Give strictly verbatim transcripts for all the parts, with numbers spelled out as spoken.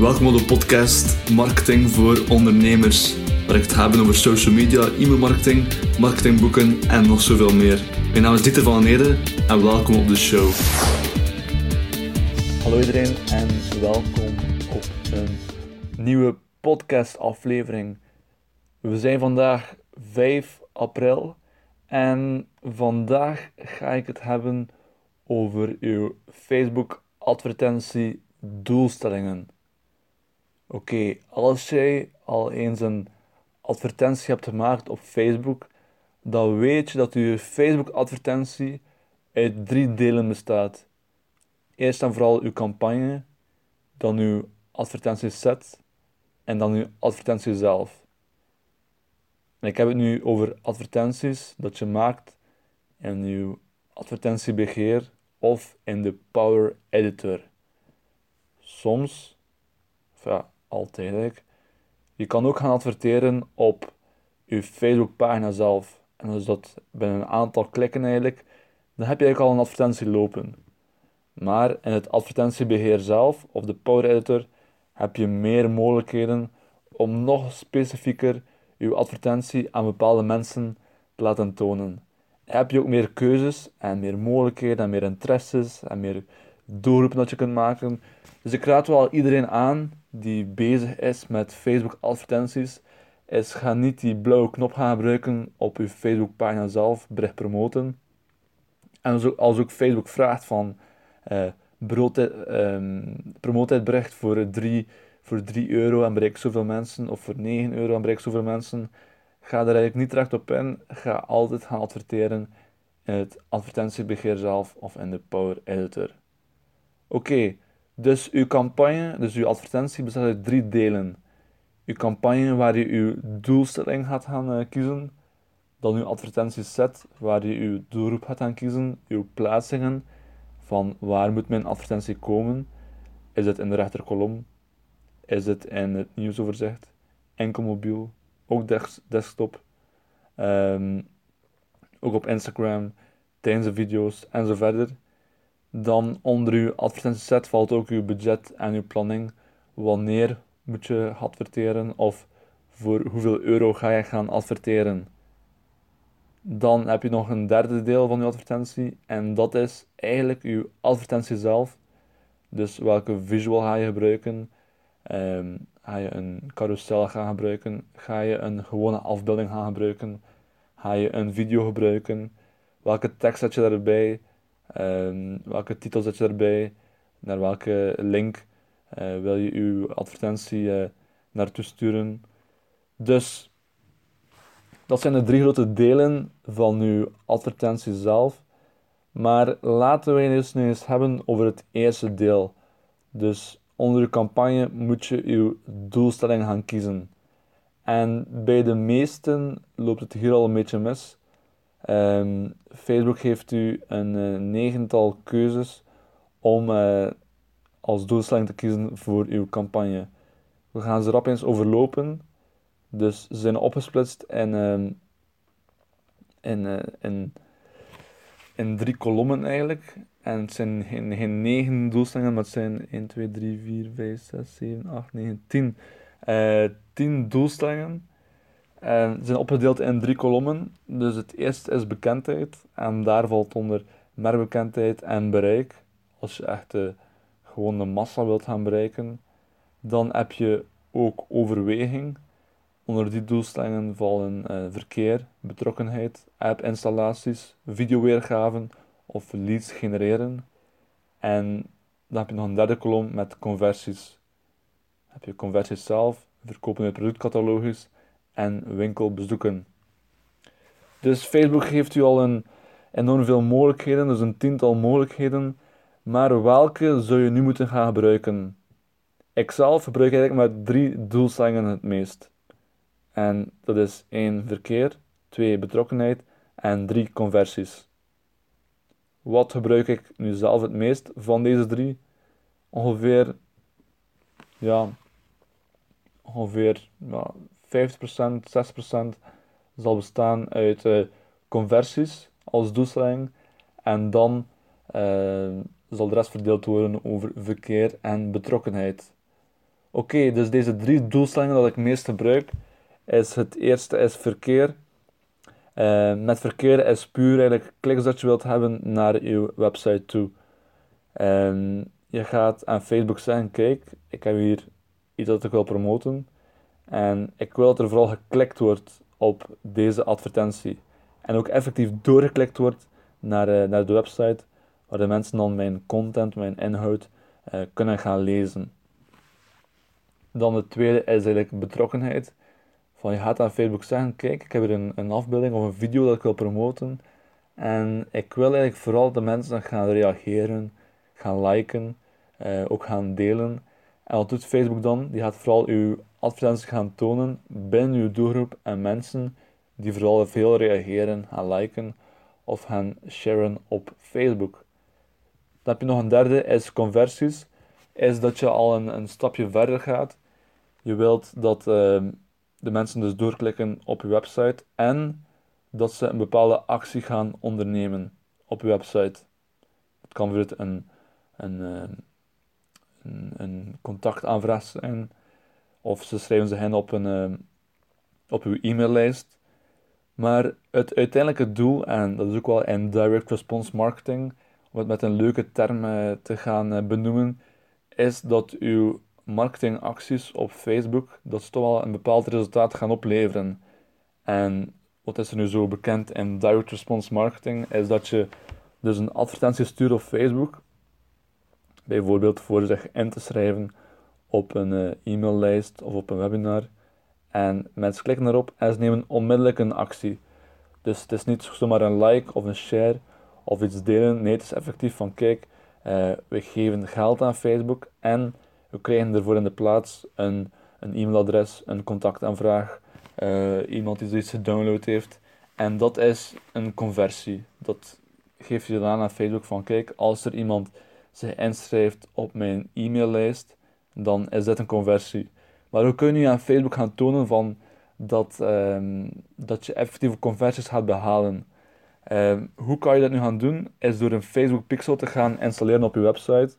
Welkom op de podcast Marketing voor Ondernemers, waar ik het heb over social media, e-mailmarketing, marketingboeken en nog zoveel meer. Mijn naam is Dieter van den Ede en welkom op de show. Hallo iedereen en welkom op een nieuwe podcastaflevering. We zijn vandaag vijf april en vandaag ga ik het hebben over uw Facebook advertentie doelstellingen. Oké, okay, als jij al eens een advertentie hebt gemaakt op Facebook, dan weet je dat je Facebook advertentie uit drie delen bestaat. Eerst en vooral uw campagne, dan uw advertentieset en dan uw advertentie zelf. En ik heb het nu over advertenties dat je maakt in uw advertentiebeheer of in de Power Editor. Soms, of ja, altijd eigenlijk, je kan ook gaan adverteren op je Facebookpagina zelf. En dus dat binnen een aantal klikken eigenlijk, dan heb je eigenlijk al een advertentie lopen. Maar in het advertentiebeheer zelf, of de Power Editor, heb je meer mogelijkheden om nog specifieker je advertentie aan bepaalde mensen te laten tonen. Dan heb je ook meer keuzes en meer mogelijkheden en meer interesses en meer doelgroepen dat je kunt maken. Dus ik raad wel iedereen aan die bezig is met Facebook advertenties, is ga niet die blauwe knop gaan gebruiken op je Facebookpagina zelf, bericht promoten. En als ook, als ook Facebook vraagt van uh, broodtijd, um, promote het bericht voor drie, voor drie euro en bereik zoveel mensen, of voor negen euro en bereik zoveel mensen, ga er eigenlijk niet direct op in. Ga altijd gaan adverteren in het advertentiebeheer zelf of in de Power Editor. Oké, okay, dus uw campagne, dus uw advertentie bestaat uit drie delen. Uw campagne waar je uw doelstelling gaat gaan uh, kiezen, dan uw advertentieset waar je uw doelgroep gaat gaan kiezen, uw plaatsingen, van waar moet mijn advertentie komen, is het in de rechterkolom, is het in het nieuwsoverzicht, enkel mobiel, ook des- desktop, um, ook op Instagram, tijdens de video's en zo verder. Dan onder uw advertentieset valt ook uw budget en uw planning. Wanneer moet je adverteren of voor hoeveel euro ga je gaan adverteren. Dan heb je nog een derde deel van uw advertentie en dat is eigenlijk uw advertentie zelf. Dus welke visual ga je gebruiken? Um, ga je een carousel gaan gebruiken? Ga je een gewone afbeelding gaan gebruiken? Ga je een video gebruiken? Welke tekst zet je daarbij? Um, welke titel zet je daarbij? Naar welke link uh, wil je uw advertentie uh, naartoe sturen? Dus dat zijn de drie grote delen van uw advertentie zelf. Maar laten we het nu eens hebben over het eerste deel. Dus onder uw campagne moet je uw doelstelling gaan kiezen. En bij de meesten loopt het hier al een beetje mis. Um, Facebook geeft u een uh, negental keuzes om uh, als doelstelling te kiezen voor uw campagne. We gaan ze rap eens overlopen. Dus ze zijn opgesplitst in, um, in, uh, in, in drie kolommen eigenlijk. En het zijn geen, geen negen doelstellingen, maar het zijn één, twee, drie, vier, vijf, zes, zeven, acht, negen, tien. Uh, tien doelstellingen. En ze zijn opgedeeld in drie kolommen. Dus het eerste is bekendheid. En daar valt onder merkbekendheid en bereik. Als je echt uh, gewoon de massa wilt gaan bereiken. Dan heb je ook overweging. Onder die doelstellingen vallen uh, verkeer, betrokkenheid, app-installaties, videoweergaven of leads genereren. En dan heb je nog een derde kolom met conversies. Dan heb je conversies zelf, verkopen uit productcatalogus en winkelbezoeken. Dus Facebook geeft u al een enorm veel mogelijkheden, dus een tiental mogelijkheden. Maar welke zou je nu moeten gaan gebruiken? Ik zelf gebruik eigenlijk maar drie doelstellingen het meest. En dat is één verkeer, twee betrokkenheid en drie conversies. Wat gebruik ik nu zelf het meest van deze drie? Ongeveer, ja, ongeveer ja, vijftig procent, zestig procent zal bestaan uit uh, conversies als doelstelling. En dan uh, zal de rest verdeeld worden over verkeer en betrokkenheid. Oké, dus deze drie doelstellingen dat ik meest gebruik, is het eerste is verkeer. Uh, met verkeer is puur eigenlijk kliks dat je wilt hebben naar je website toe. Um, je gaat aan Facebook zeggen, kijk, ik heb hier iets dat ik wil promoten. En ik wil dat er vooral geklikt wordt op deze advertentie. En ook effectief doorgeklikt wordt naar, uh, naar de website, waar de mensen dan mijn content, mijn inhoud uh, kunnen gaan lezen. Dan het tweede is eigenlijk betrokkenheid. Van je gaat aan Facebook zeggen, kijk, ik heb hier een, een afbeelding of een video dat ik wil promoten. En ik wil eigenlijk vooral de mensen gaan reageren, gaan liken, uh, ook gaan delen. En wat doet Facebook dan? Die gaat vooral uw advertenties gaan tonen binnen uw doelgroep en mensen die vooral veel reageren, gaan liken of gaan sharen op Facebook. Dan heb je nog een derde, is conversies. Is dat je al een, een stapje verder gaat. Je wilt dat uh, de mensen dus doorklikken op je website en dat ze een bepaalde actie gaan ondernemen op je website. Het kan bijvoorbeeld een, een, een, een contactaanvraag zijn, of ze schrijven zich in op, een, op uw e-maillijst. Maar het uiteindelijke doel, en dat is ook wel in direct response marketing, om het met een leuke term te gaan benoemen, is dat uw marketingacties op Facebook, dat ze toch wel een bepaald resultaat gaan opleveren. En wat is er nu zo bekend in direct response marketing, is dat je dus een advertentie stuurt op Facebook, bijvoorbeeld voor zich in te schrijven op een uh, e-maillijst of op een webinar. En mensen klikken erop en ze nemen onmiddellijk een actie. Dus het is niet zomaar een like of een share of iets delen. Nee, het is effectief van kijk, uh, we geven geld aan Facebook en we krijgen ervoor in de plaats een, een e-mailadres, een contactaanvraag, uh, iemand die zoiets gedownload heeft. En dat is een conversie. Dat geeft je dan aan aan Facebook van kijk, als er iemand zich inschrijft op mijn e-maillijst, dan is dit een conversie. Maar hoe kun je nu aan Facebook gaan tonen van dat, um, dat je effectieve conversies gaat behalen? Um, hoe kan je dat nu gaan doen? Is door een Facebook Pixel te gaan installeren op je website.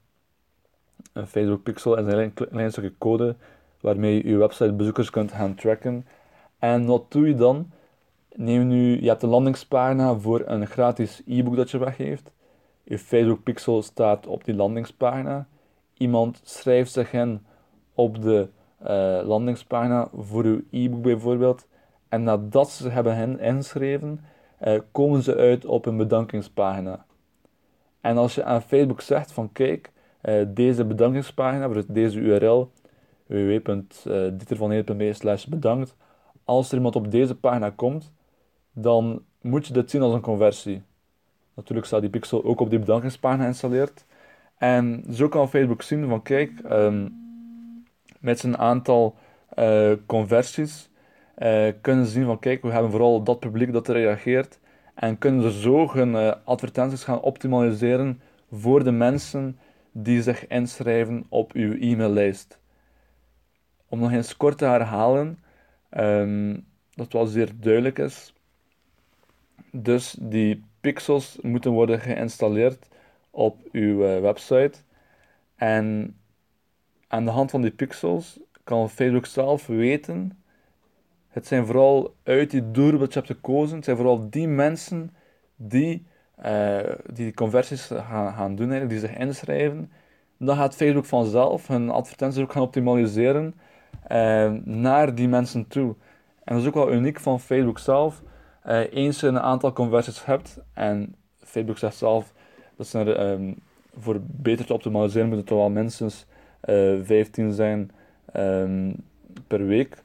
Een Facebook Pixel is een klein stukje code waarmee je je websitebezoekers kunt gaan tracken. En wat doe je dan? Neem nu, je hebt een landingspagina voor een gratis e-book dat je weggeeft. Je Facebook Pixel staat op die landingspagina. Iemand schrijft zich in op de uh, landingspagina voor uw e-book bijvoorbeeld. En nadat ze hebben ingeschreven, uh, komen ze uit op een bedankingspagina. En als je aan Facebook zegt van kijk, uh, deze bedankingspagina, voor deze U R L, w w w punt dietervanheden punt b e slash bedankt. Als er iemand op deze pagina komt, dan moet je dit zien als een conversie. Natuurlijk staat die pixel ook op die bedankingspagina geïnstalleerd. En zo kan Facebook zien van kijk, um, met zijn aantal uh, conversies uh, kunnen ze zien van kijk, we hebben vooral dat publiek dat reageert. En kunnen ze zo hun uh, advertenties gaan optimaliseren voor de mensen die zich inschrijven op uw e-maillijst. Om nog eens kort te herhalen, um, dat wel zeer duidelijk is. Dus die pixels moeten worden geïnstalleerd op uw uh, website. En aan de hand van die pixels kan Facebook zelf weten, het zijn vooral uit die doelgroep dat je hebt gekozen, het zijn vooral die mensen die uh, die conversies gaan, gaan doen, eigenlijk, die zich inschrijven. Dan gaat Facebook vanzelf hun advertenties ook gaan optimaliseren uh, naar die mensen toe. En dat is ook wel uniek van Facebook zelf. Uh, eens je een aantal conversies hebt, en Facebook zegt zelf dat ze er um, voor beter te optimaliseren moeten toch wel minstens uh, vijftien zijn um, per week,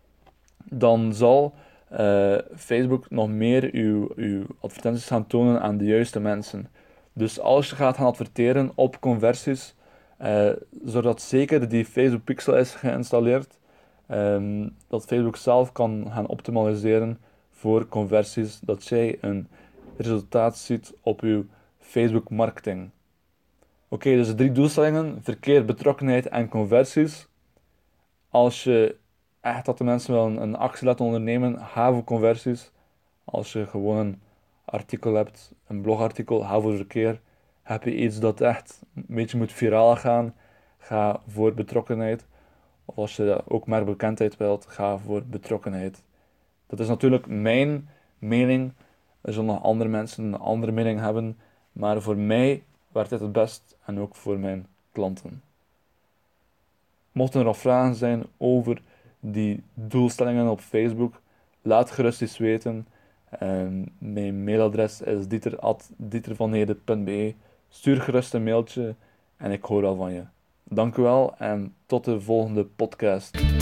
dan zal uh, Facebook nog meer uw, uw advertenties gaan tonen aan de juiste mensen. Dus als je gaat gaan adverteren op conversies, uh, zodat zeker die Facebook Pixel is geïnstalleerd, um, dat Facebook zelf kan gaan optimaliseren voor conversies, dat jij een resultaat ziet op uw Facebook marketing. Oké, okay, dus de drie doelstellingen, verkeer, betrokkenheid en conversies. Als je echt dat de mensen wel een, een actie laten ondernemen, ga voor conversies. Als je gewoon een artikel hebt, een blogartikel, ga voor verkeer. Heb je iets dat echt een beetje moet viraal gaan, ga voor betrokkenheid. Of als je ook maar bekendheid wilt, ga voor betrokkenheid. Dat is natuurlijk mijn mening. Er zullen nog andere mensen een andere mening hebben. Maar voor mij werkt dit het best en ook voor mijn klanten. Mochten er nog vragen zijn over die doelstellingen op Facebook, laat gerust eens weten. En mijn mailadres is dieter at dietervanheden punt be. Stuur gerust een mailtje en ik hoor al van je. Dank u wel en tot de volgende podcast.